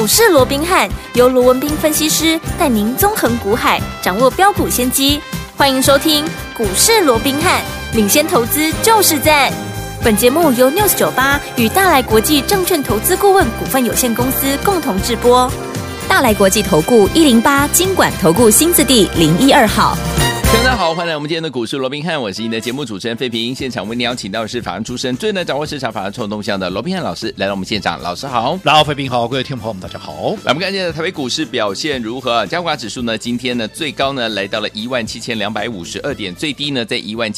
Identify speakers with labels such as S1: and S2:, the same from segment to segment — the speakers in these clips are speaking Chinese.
S1: 市罗宾汉由罗文彬分析师带您纵横股海，掌握标股先机。欢迎收听股市罗宾汉，领先投资就是赞。本节目由 News98 与大来国际证券投资顾问股份有限公司共同制播。大来国际投顾108金管投顾新字第012号。
S2: 大家好，欢迎来我们今天的股市罗宾汉，我是您的节目主持人费平。现场为您邀请到的是法案出身、最能掌握市场法案冲动向的罗宾汉老师来到我们现场。老师好。
S3: 然后费平好，各位听众朋友们大家好。
S2: 来，我们看现在台北股市表现如何？加权指数呢，今天呢最高呢来到了17252点，最低呢在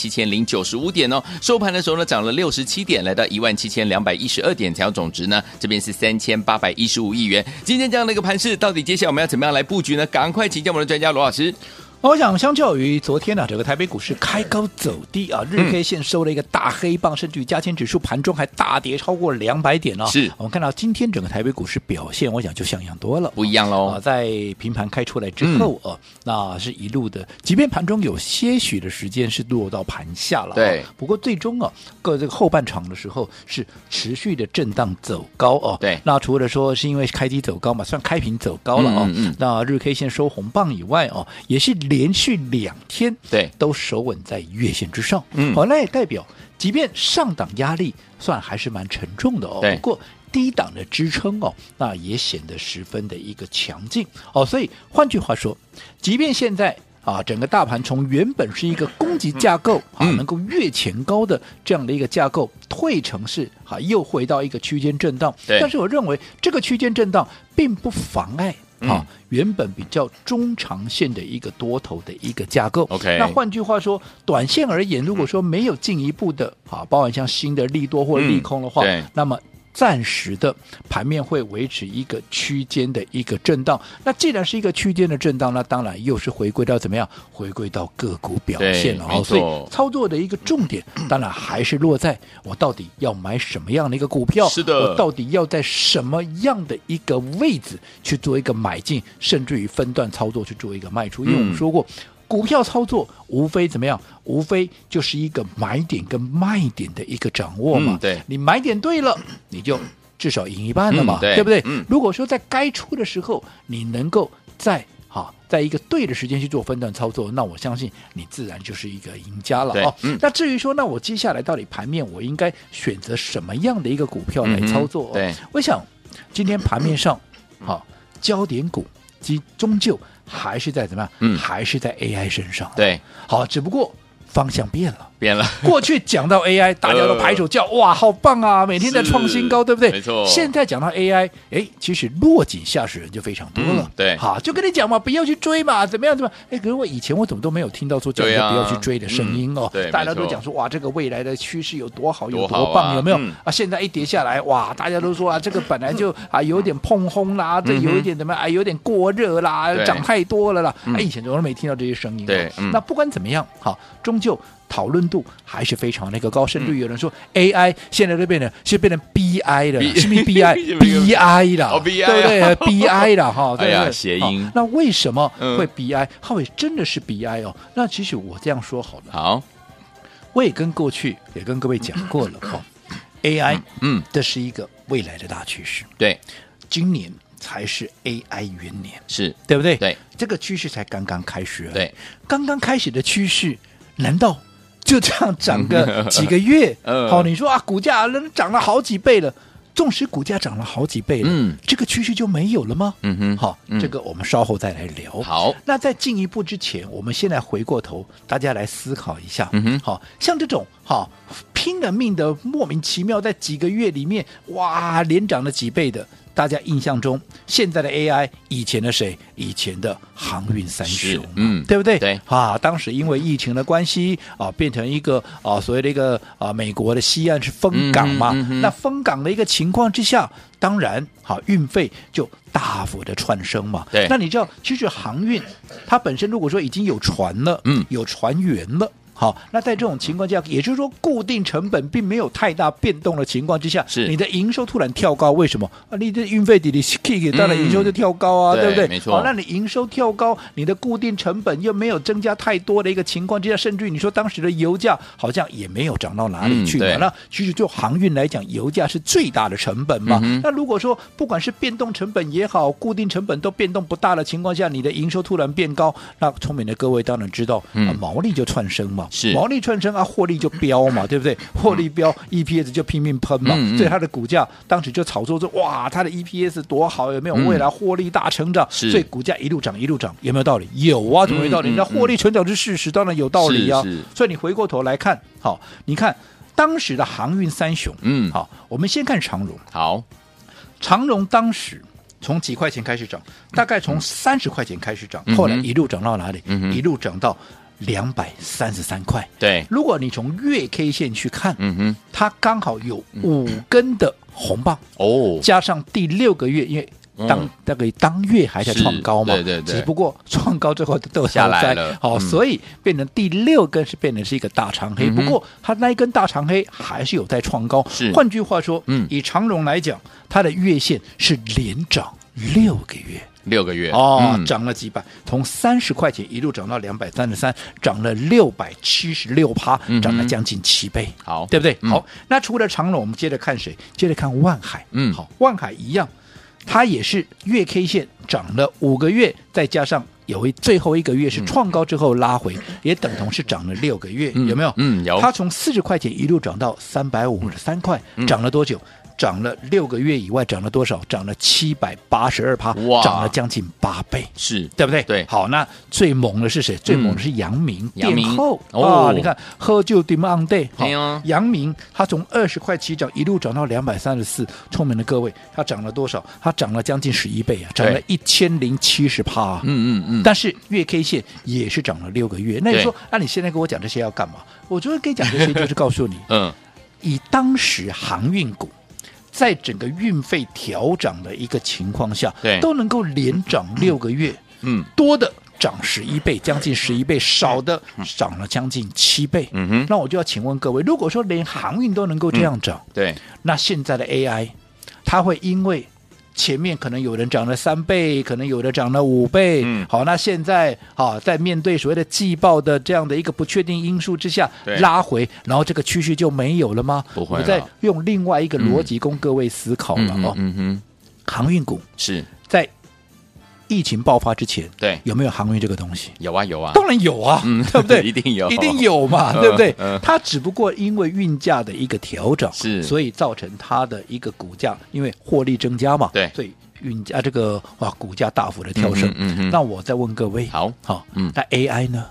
S2: 17095点哦。收盘的时候呢涨了67点，来到17212点，成交总值呢这边是3815亿元。今天这样的一个盘势，到底接下来我们要怎么样来布局呢？赶快请教我们的专家罗老师。
S3: 我想相较于昨天整个台北股市开高走低啊，日 K 线收了一个大黑棒，甚至于加权指数盘中还大跌超过200点哦。
S2: 是
S3: 我们看到今天整个台北股市表现，我想就像样多了，
S2: 不一样喽。
S3: 在平盘开出来之后那是一路的，即便盘中有些许的时间是落到盘下了，
S2: 对。
S3: 不过最终这个后半场的时候是持续的震荡走高哦。
S2: 对。
S3: 那除了说是因为开低走高嘛，算开平走高了那日 K 线收红棒以外也是连续2天
S2: 对
S3: 都守稳在月线之上，那也代表即便上档压力算还是蛮沉重的不过低档的支撑那也显得十分的一个强劲所以换句话说，即便现在整个大盘从原本是一个攻击架构能够越前高的这样的一个架构退成是又回到一个区间震荡，但是我认为这个区间震荡并不妨碍原本比较中长线的一个多头的一个架构。
S2: OK，
S3: 那换句话说，短线而言，如果说没有进一步的包含像新的利多或利空的话，那么暂时的盘面会维持一个区间的一个震荡。那既然是一个区间的震荡，那当然又是回归到怎么样？回归到个股表现了所以操作的一个重点，当然还是落在我到底要买什么样的一个股票，
S2: 是的，
S3: 我到底要在什么样的一个位置去做一个买进，甚至于分段操作去做一个卖出。因为我们说过，股票操作无非怎么样？无非就是一个买点跟卖点的一个掌握嘛。
S2: 对，
S3: 你买点对了，你就至少赢一半了嘛，对不对？如果说在该出的时候，你能够在一个对的时间去做分段操作，那我相信你自然就是一个赢家了那至于说，那我接下来到底盘面我应该选择什么样的一个股票来操作？
S2: 对，
S3: 我想今天盘面上焦点股终究还是在怎么样？还是在 AI 身上。
S2: 对，
S3: 好，只不过方向变了。
S2: 过
S3: 去讲到 AI 大家都拍手叫哇好棒啊，每天在创新高对不对？
S2: 没错。
S3: 现在讲到 AI 其实落井下石人就非常多了
S2: 对，
S3: 好，就跟你讲嘛，不要去追嘛，怎么样可是我以前我怎么都没有听到说叫人家不要去追的声音大家都讲说哇这个未来的趋势有多好有多棒有没有现在一跌下来哇大家都说这个本来就有点碰轰啦，这有一点怎么有点过热啦，涨太多了啦以前都没听到这些声音
S2: 对
S3: 那不管怎么样好，终究讨论度还是非常那个高，甚至有人说 AI 现在都变成 BI 了，是不是 BI 了，对不对？BI 了
S2: 哎呀，谐音。
S3: 那为什么会 BI？它会真的是 BI 那其实我这样说好了，
S2: 好，
S3: 我也跟过去也跟各位讲过了AI 这是一个未来的大趋势，
S2: 对，
S3: 今年才是 AI 元年，
S2: 是
S3: 对不对？
S2: 对，
S3: 这个趋势才刚刚开始而已，
S2: 对，
S3: 刚刚开始的趋势，难道就这样涨个几个月你说股价涨了好几倍了，纵使股价涨了好几倍了这个趋势就没有了吗？这个我们稍后再来聊。
S2: 好，
S3: 那在进一步之前，我们现在回过头大家来思考一下像这种拼了命的莫名其妙在几个月里面哇连涨了几倍的，大家印象中现在的 AI 以前的谁？以前的航运三雄对不对？
S2: 对
S3: 当时因为疫情的关系变成一个所谓的一个美国的西岸是封港嘛那封港的一个情况之下，当然运费就大幅的窜升嘛。
S2: 对，
S3: 那你知道其实航运它本身如果说已经有船了有船员了好，那在这种情况下，也就是说固定成本并没有太大变动的情况之下，
S2: 是
S3: 你的营收突然跳高，为什么你的运费你 kick， 当然营收就跳高啊，对不对？
S2: 没错。
S3: 那你营收跳高，你的固定成本又没有增加太多的一个情况之下，甚至于你说当时的油价好像也没有涨到哪里去嘛。那其实就航运来讲，油价是最大的成本嘛。那如果说不管是变动成本也好，固定成本都变动不大的情况下，你的营收突然变高，那聪明的各位当然知道，毛利就窜升嘛，毛利窜升啊，获利就飙嘛，对不对？获利飙 ，EPS 就拼命喷嘛，所以它的股价当时就炒作说，哇，它的 EPS 多好，有没有未来获利大成长？所以股价一路涨一路涨，有没有道理？有啊，怎么没道理？那获利成长是事实，当然有道理啊。所以你回过头来看，好，你看当时的航运三雄，好，我们先看长荣，
S2: 好，
S3: 长荣当时从几块钱开始涨，大概从30块钱开始涨，后来一路涨到哪里？一路涨到233块。对，如果你从月 K 线去看，它刚好有5根的红棒哦，加上第6个月，因为当月还在创高嘛，对，只不过创高之后都下来了，好，所以变成第6根是变成是一个大长黑，不过它那一根大长黑还是有在创高。换句话说，以长荣来讲，它的月线是连涨6个月哦，涨了几百，从30块钱一路涨到233，涨了676%，涨了将近7倍，好，对不对？好，那除了长荣，我们接着看谁？接着看万海，好，万海一样，它也是月 K 线涨了5个月，再加上最后1个月是创高之后拉回，也等同是涨了6个月，有没有？有。它从40块钱一路涨到353块，涨了多久？涨了6个月以外，涨了多少？涨了782%，涨了将近8倍，是对不对？对。好，那最猛的是谁？最猛的是阳明电后啊！你看，喝就 demand day， 好，阳明它从20块起涨，一路涨到234，聪明的各位，它涨了多少？它涨了将近11倍啊，涨了1070%。但是月 K 线也是涨了6个月。那你说，那你现在跟我讲这些要干嘛？我就会跟你讲这些，就是告诉你，以当时航运股在整个运费调涨的一个情况下，都能够连涨6个月，多的涨11倍，将近11倍，少的涨了将近7倍。那我就要请问各位，如果说连航运都能够这样涨，对，那现在的 AI 它会因为前面可能有人涨了3倍，可能有的涨了5倍，好，那现在在面对所谓的季报的这样的一个不确定因素之下拉回，然后这个趋势就没有了吗？不会了。我再用另外一个逻辑供各位思考了航运股是在疫情爆发之前，对，有没有航运这个东西？有啊，有啊，当然有啊，对不对？一定有，一定有嘛，对不对？它只不过因为运价的一个调整，是，所以造成它的一个股价，因为获利增加嘛，对，所以运价这个股价大幅的跳升。那我再问各位，好，那 AI 呢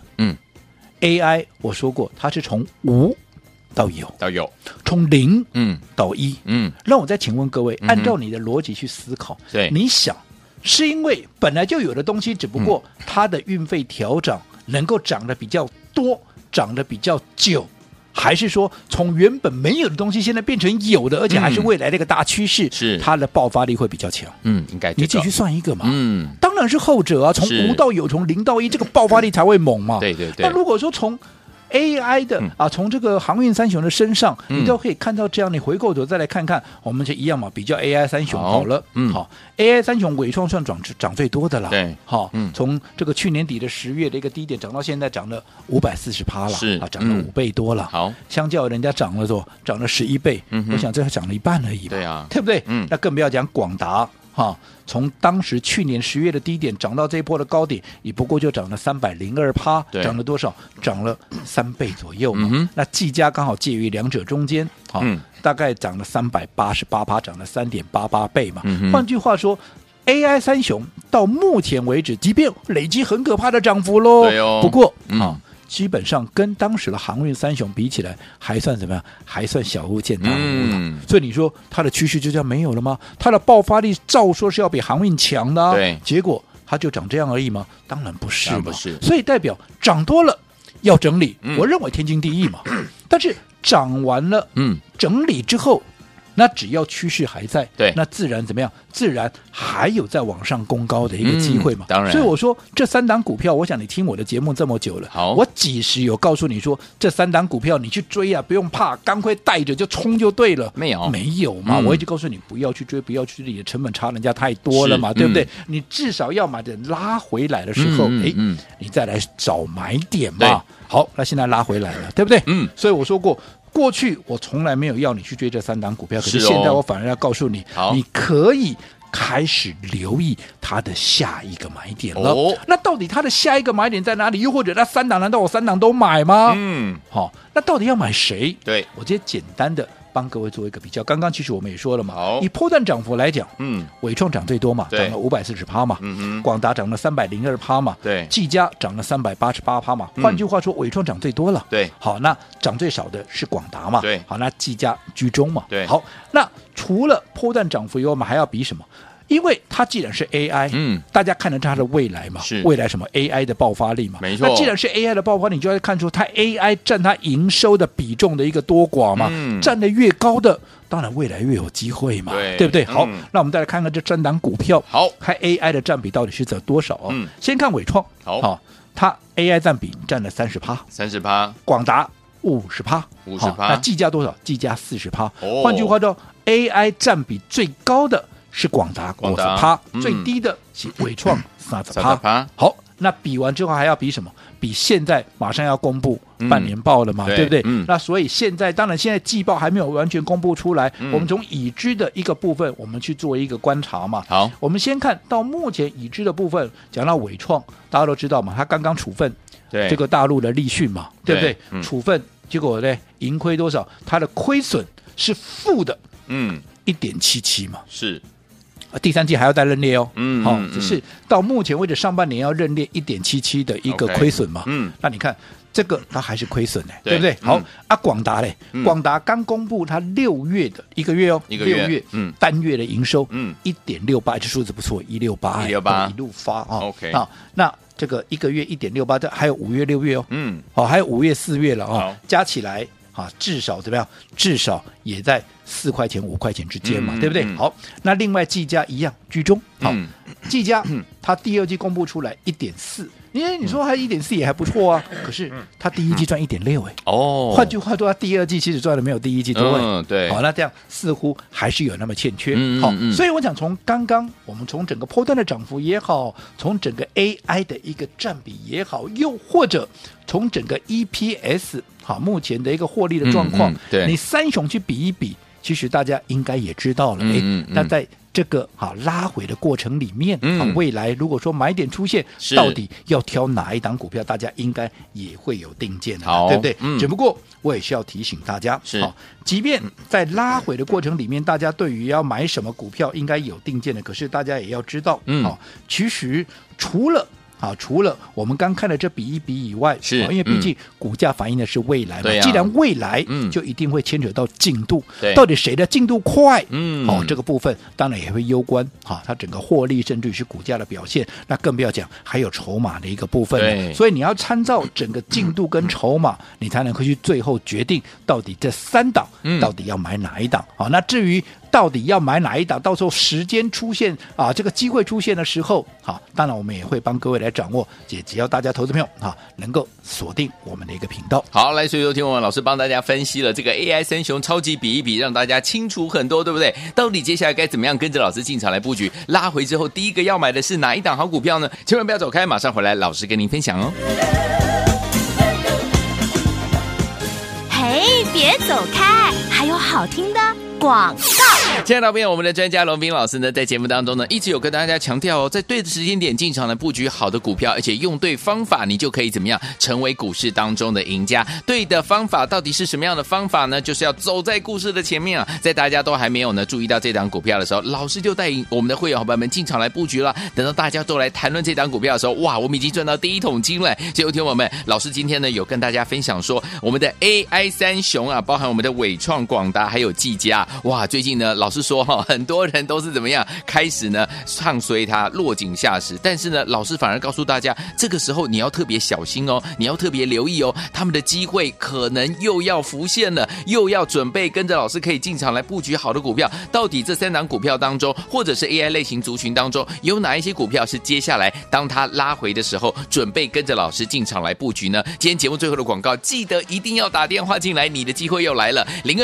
S3: ？AI 我说过，它是从无到有，从0到1。让我再请问各位，按照你的逻辑去思考，对，你想。是因为本来就有的东西，只不过它的运费调涨能够涨得比较多，涨得比较久，还是说从原本没有的东西现在变成有的，而且还是未来的一个大趋势，是它的爆发力会比较强？应该你继续算一个嘛，当然是后者啊，从无到有，从0到1，这个爆发力才会猛嘛。对。那如果说从AI 的从这个航运三雄的身上，你都可以看到这样。你回过头再来看看，我们就一样嘛，比较 AI 三雄好了。好 ，AI 三雄伟创算涨最多的啦。对，好，从这个去年底的10月的一个低点涨到现在涨了540%了，是涨了5倍多了。好，相较人家涨了11倍，我想这还涨了一半而已嘛。对啊，对不对？那更不要讲广达。从当时去年10月的低点涨到这一波的高点，也不过就涨了302%，涨了多少？涨了3倍左右嘛。那技嘉刚好介于两者中间，大概涨了388%，涨了3.88倍嘛。换句话说，AI 三雄到目前为止，即便累积很可怕的涨幅喽，不过基本上跟当时的航运三雄比起来，还算怎么样？还算小巫见大巫了。所以你说它的趋势就这样没有了吗？它的爆发力照说是要比航运强的，对，结果它就涨这样而已吗？当然不是嘛。所以代表涨多了要整理，我认为天经地义嘛。但是涨完了，整理之后那只要趋势还在，
S2: 对，
S3: 那自然怎么样？自然还有在往上攻高的一个机会嘛。
S2: 当然，
S3: 所以我说这3档股票，我想你听我的节目这么久了，
S2: 好，
S3: 我几时有告诉你说这3档股票你去追啊，不用怕，赶快带着就冲就对了？没有嘛，我一直告诉你不要去追，不要去追，你的成本差人家太多了嘛，对不对？你至少要买的拉回来的时候，你再来找买点嘛。好，那现在拉回来了，对不对？所以我说过，过去我从来没有要你去追这3档股票，可是现在我反而要告诉你，你可以开始留意它的下一个买点了。那到底它的下一个买点在哪里？又或者那3档难道我3档都买吗？好，那到底要买谁？对，我直接简单的帮各位做一个比较。刚刚其实我们也说了嘛，以波段涨幅来讲，伟创涨最多嘛，涨了540%嘛，广达涨了302%嘛，对，技嘉涨了388%嘛。换句话说，伟创涨最多了，对，好，那涨最少的是广达嘛，对，好，那技嘉居中嘛，对，好，那除了波段涨幅以外，我们还要比什么？因为它既然是 AI，大家看得它的未来嘛，未来什么 AI 的爆发力嘛，没错。那既然是 AI 的爆发力，你就要看出它 AI 占它营收的比重的一个多寡嘛，占得越高的，当然未来越有机会嘛，对不对？好，那我们再来看看这3档股票，好，看 AI 的占比到底是多少哦。先看伟创，好，它 AI 占比占了30%，广达50%，那技嘉多少？技嘉40%。换句话说 ，AI 占比最高的是广达50%，最低的是伟创30%。好，那比完之后还要比什么？比现在马上要公布半年报了嘛，对不对？那所以现在当然现在季报还没有完全公布出来，我们从已知的一个部分，我们去做一个观察嘛。好，我们先看到目前已知的部分，讲到伟创，大家都知道嘛，它刚刚处分这个大陆的立讯嘛，对不对？处分结果呢，盈亏多少？它的亏损是负的，1.77嘛，是。第3季还要再认列哦，只是到目前为止上半年要认列1.77的一个亏损嘛，那你看这个它还是亏损呢，对不对？好啊，广达嘞，广达刚公布它6月的一个月，6月单月的营收1.68，这数字不错，168一路发啊，OK 啊，那这个一个月1.68，这还有5月6月哦，还有5月4月了哦，加起来。至少怎么样？至少也在4块钱、5块钱之间嘛，对不对？好，那另外技嘉一样居中。好，技嘉它第2季公布出来1.4，因为你说它1.4也还不错啊，可是它第1季赚1.6哎。哦，换句话说，它第2季其实赚的没有第1季多哎。对。好，那这样似乎还是有那么欠缺。好，所以我想从刚刚我们从整个波段的涨幅也好，从整个 AI 的一个占比也好，又或者从整个 EPS。好，目前的一个获利的状况，你3雄去比一比，其实大家应该也知道了。那在这个拉回的过程里面，未来如果说买点出现，到底要挑哪一档股票，大家应该也会有定见的，对不对？只不过我也是要提醒大家，即便在拉回的过程里面，大家对于要买什么股票应该有定见的，可是大家也要知道，其实除了我们刚看的这比一比以外，是因为毕竟股价反映的是未来嘛，既然未来就一定会牵扯到进度，到底谁的进度快？这个部分当然也会攸关它整个获利甚至是股价的表现，那更不要讲还有筹码的一个部分，所以你要参照整个进度跟筹码，你才能够去最后决定到底这3档到底要买哪一档。那至于到底要买哪一档，到时候时间出现这个机会出现的时候，当然我们也会帮各位来掌握，也只要大家投资朋友能够锁定我们的一个频道。
S2: 好，来，所以听我们老师帮大家分析了这个 AI 3雄超级比一比，让大家清楚很多，对不对？到底接下来该怎么样跟着老师进场来布局？拉回之后第一个要买的是哪一档好股票呢？千万不要走开，马上回来，老师跟您分享哦。
S1: 嘿，别走开，还有好听的广告。
S2: 亲爱的朋友，我们的专家龙斌老师呢，在节目当中呢，一直有跟大家强调在对的时间点进场来布局好的股票，而且用对方法，你就可以怎么样成为股市当中的赢家。对的方法到底是什么样的方法呢？就是要走在故事的前面啊！在大家都还没有呢注意到这档股票的时候，老师就带领我们的会员伙伴们进场来布局了。等到大家都来谈论这档股票的时候，哇，我们已经赚到第一桶金了。所以有听我们，老师今天呢有跟大家分享说，我们的 AI 3雄啊，包含我们的伟创、广达还有技嘉，哇，最近呢老老实说很多人都是怎么样开始呢唱衰它落井下石，但是呢老师反而告诉大家，这个时候你要特别小心哦，你要特别留意哦，他们的机会可能又要浮现了，又要准备跟着老师可以进场来布局好的股票。到底这3档股票当中，或者是 AI 类型族群当中，有哪一些股票是接下来当它拉回的时候准备跟着老师进场来布局呢？今天节目最后的广告记得一定要打电话进来，你的机会又来了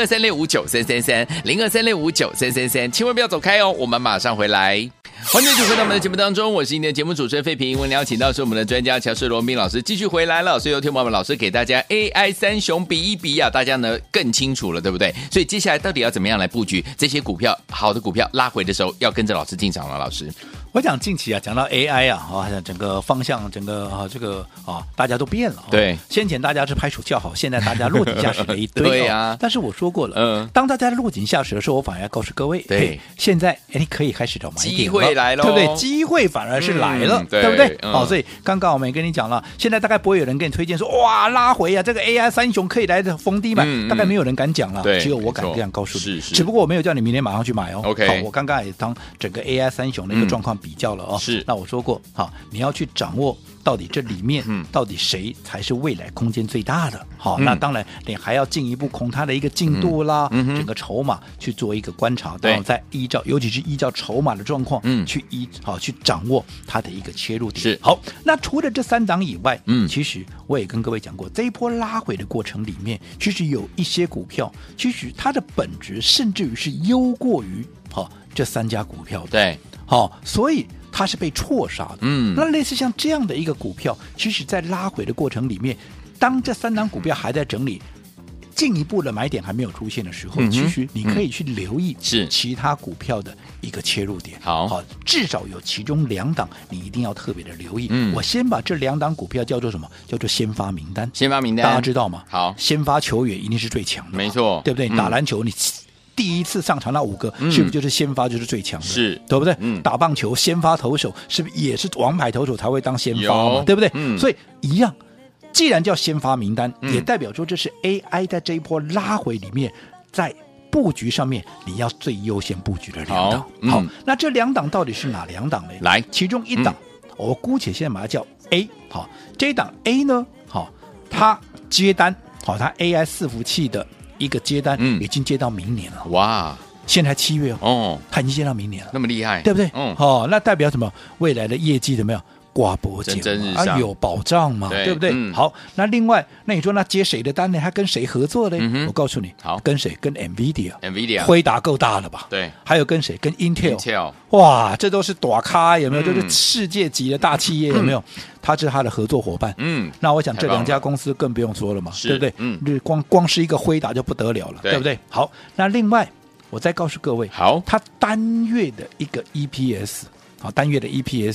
S2: ，0236593333 0236593333，千万不要走开哦，我们马上回来。欢迎继续回到我们的节目当中，我是今天的节目主持人费平。我们邀请到是我们的专家乔氏罗文彬老师继续回来了，所以有听我们老师给大家 AI 三雄比一比啊，大家呢更清楚了，对不对？所以接下来到底要怎么样来布局这些股票，好的股票拉回的时候要跟着老师进场了。老师，
S3: 我讲近期讲到 AI 整个方向，整个这个大家都变了。
S2: 对，
S3: 先前大家是拍手叫好，现在大家落井下石了一堆。
S2: 对啊，
S3: 但是我说过了，当大家落井下石的时候，我反而要告诉各位，
S2: 对，
S3: 现在你可以开始找买点了，
S2: 机会来了，
S3: 对不对？机会反而是来了，对不对？所以刚刚我们也跟你讲了，现在大概不会有人跟你推荐说，哇，拉回啊，这个 AI 三雄可以来的逢低买，大概没有人敢讲了，只有我敢这样告诉你。只不过我没有叫你明天马上去买哦。
S2: OK，
S3: 好，我刚刚也当整个 AI 三雄的一个状况比较了哦。
S2: 是，
S3: 那我说过，好，你要去掌握到底这里面到底谁才是未来空间最大的。好，那当然你还要进一步空它的一个进度啦，整个筹码去做一个观察，然后再依照，尤其是依照筹码的状况，去掌握它的一个切入点。
S2: 是，
S3: 好，那除了这3档以外，其实我也跟各位讲过，这一波拉回的过程里面，其实有一些股票，其实它的本质甚至于是优过于这3家股票的。
S2: 对，
S3: 所以它是被错杀的。那类似像这样的一个股票，其实在拉回的过程里面，当这3档股票还在整理，进一步的买点还没有出现的时候，其实你可以去留意其他股票的一个切入点。好，至少有其中2档你一定要特别的留意。我先把这2档股票叫做什么？叫做先发名单。
S2: 先发名单
S3: 大家知道吗？
S2: 好，
S3: 先发球员一定是最强的，
S2: 没错，
S3: 对不对？打篮球你第一次上场那5个，是不是就是先发就是最强的？
S2: 是，
S3: 对不对？打棒球先发投手是不是也是王牌投手才会当先发嘛？对不对？所以一样，既然叫先发名单，也代表说这是 AI 在这一波拉回里面，在布局上面你要最优先布局的2档。好，那这2档到底是哪2档呢？
S2: 来，
S3: 其中1档，我姑且现在把它叫 A。好，这一档 A 呢，好，它接单，好，它 AI 伺服器的一个接单已经接到明年了。
S2: 哇，
S3: 现在7月哦，它已经接到明年了，
S2: 那么厉害，
S3: 对不对？那代表什么？未来的业绩有没有挂脖颈有保障嘛？对不对？好，那另外，那你说那接谁的单呢？他跟谁合作呢？我告诉你，好，跟谁？跟 NVIDIA， 辉达够大了吧？
S2: 对，
S3: 还有跟谁？跟 Intel， 哇，这都是大咖，有没有？就是世界级的大企业，有没有？他是他的合作伙伴。那我想这2家公司更不用说了嘛，对不对？光是一个辉达就不得了了，对不对？好，那另外我再告诉各位，好，它单月的一个 EPS， 好，单月的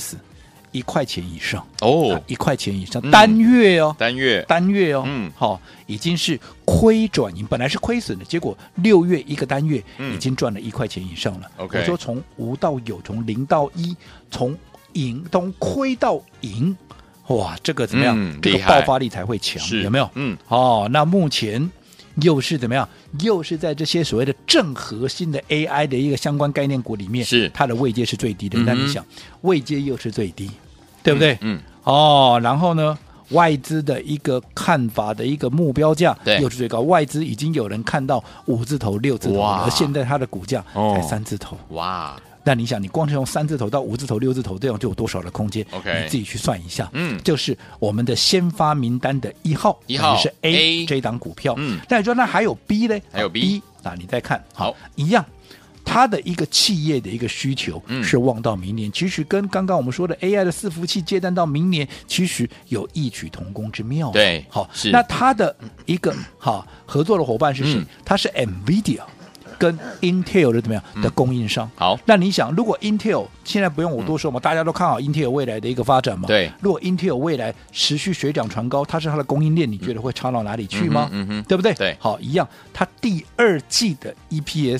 S3: EPS。1块钱以上1块钱以上，单月哦，单月哦，好，已经是亏转盈，本来是亏损的，结果6月一个单月已经赚了1块钱以上了。我说从无到有，从0到1，从盈从亏到盈，哇，这个怎么样？这个爆发力才会强，有没有？那目前又是怎么样？又是在这些所谓的正核心的 AI 的一个相关概念股里面，是它的位阶是最低的。那你想，位阶又是最低，对不对？然后呢，外资的一个看法的一个目标价又是最高，外资已经有人看到5字头、6字头了，而现在它的股价才3字头。哇！那你想，你光是从3字头到5字头、6字头，这样就有多少的空间？ 你自己去算一下。就是我们的先发名单的1号，也是 A 这一档股票。那你说那还有 B 呢？还有 B， 那你再看，好，一样。它的一个企业的一个需求是望到明年，其实跟刚刚我们说的 AI 的伺服器接单到明年，其实有异曲同工之妙。对，好，那它的一个合作的伙伴是谁？它是 NVIDIA。跟 Intel 的怎么样的供应商？好，那你想，如果 Intel 现在不用我多说嘛，大家都看好 Intel 未来的一个发展嘛。对，如果 Intel 未来持续水涨船高，它是它的供应链，你觉得会差到哪里去吗？对不对？对，好，一样，它第2季的 EPS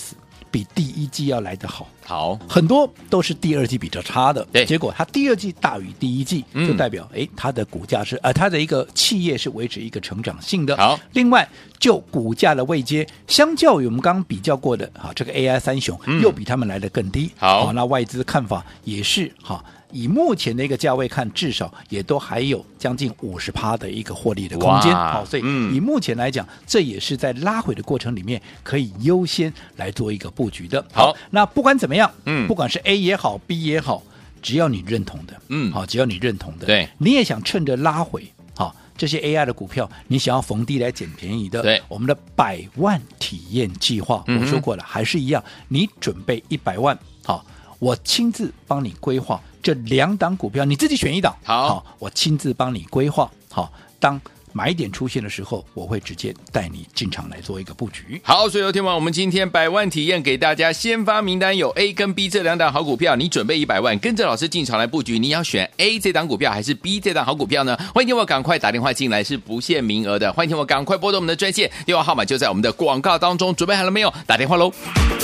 S3: 比第一季要来得好。
S2: 好，
S3: 很多都是第二季比较差的，
S2: 对，
S3: 结果它第二季大于第一季，就代表它的股价是它的一个企业是维持一个成长性的。
S2: 好，
S3: 另外就股价的位阶，相较于我们刚刚比较过的这个 AI 三雄，又比他们来得更低。
S2: 好，
S3: 那外资看法也是以目前的一个价位看，至少也都还有将近50%的一个获利的空间。好，所以以目前来讲，这也是在拉回的过程里面可以优先来做一个布局的。好，那不管怎么样，不管是 A 也好 ，B 也好，只要你认同的，好，只要你认同的，
S2: 对，
S3: 你也想趁着拉回，好，这些 AI 的股票，你想要逢低来捡便宜的，
S2: 对，
S3: 我们的100万体验计划，我说过了，还是一样，你准备100万，好，我亲自帮你规划。这2档股票你自己选一档，好，我亲自帮你规划。好，当买点出现的时候，我会直接带你进场来做一个布局。
S2: 好，所以有听完我们今天100万体验给大家先发名单有 A 跟 B 这2档好股票，你准备100万跟着老师进场来布局，你要选 A 这档股票还是 B 这档好股票呢？欢迎听我赶快打电话进来，是不限名额的，欢迎听我赶快拨动我们的专线，电话号码就在我们的广告当中，准备好了没有？打电话咯。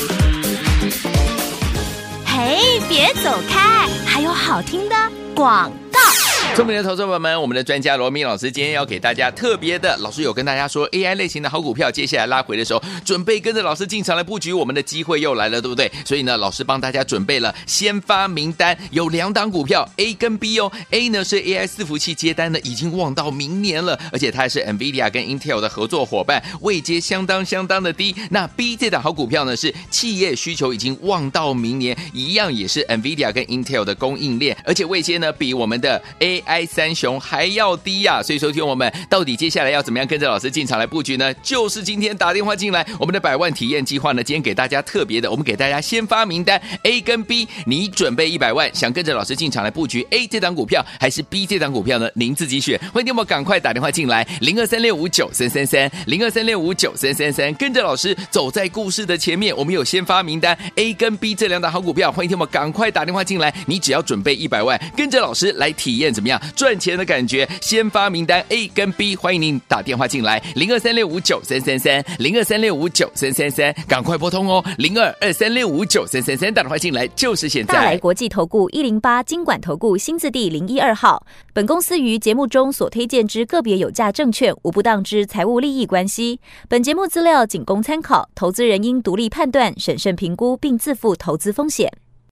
S1: 嘿，别走开，还有好听的广告。
S2: 聪明的投资者们，我们的专家罗明老师今天要给大家特别的，老师有跟大家说 AI 类型的好股票，接下来拉回的时候，准备跟着老师进场来布局，我们的机会又来了，对不对？所以呢，老师帮大家准备了先发名单，有2档股票 A 跟 B 哦。A 呢是 AI 伺服器接单呢已经望到明年了，而且它还是 NVIDIA 跟 Intel 的合作伙伴，位阶相当的低。那 B 这档好股票呢是企业需求已经望到明年，一样也是 NVIDIA 跟 Intel 的供应链，而且位阶呢比我们的 AI 三雄还要低啊，所以收听我们到底接下来要怎么样跟着老师进场来布局呢？就是今天打电话进来，我们的100万体验计划呢，今天给大家特别的，我们给大家先发名单 A 跟 B， 你准备100万，想跟着老师进场来布局 A 这档股票还是 B 这档股票呢？您自己选。欢迎我赶快打电话进来，0236593333 0236593333，跟着老师走在故事的前面，我们有先发名单 A 跟 B 这2档好股票，欢迎我赶快打电话进来，你只要准备100万，跟着老师来体验怎么样赚钱的感觉。先发名单 A 跟 B， 欢迎您打电话进来，0236593333 0236593333，赶快拨通哦，0223659333，打电话进来就是现在。
S1: 大来国际投顾108金管投顾新字第012号，本公司于节目中所推荐之个别有价证券，无不当之财务利益关系。本节目资料仅供参考，投资人应独立判断、审慎评估，并自负投资风险。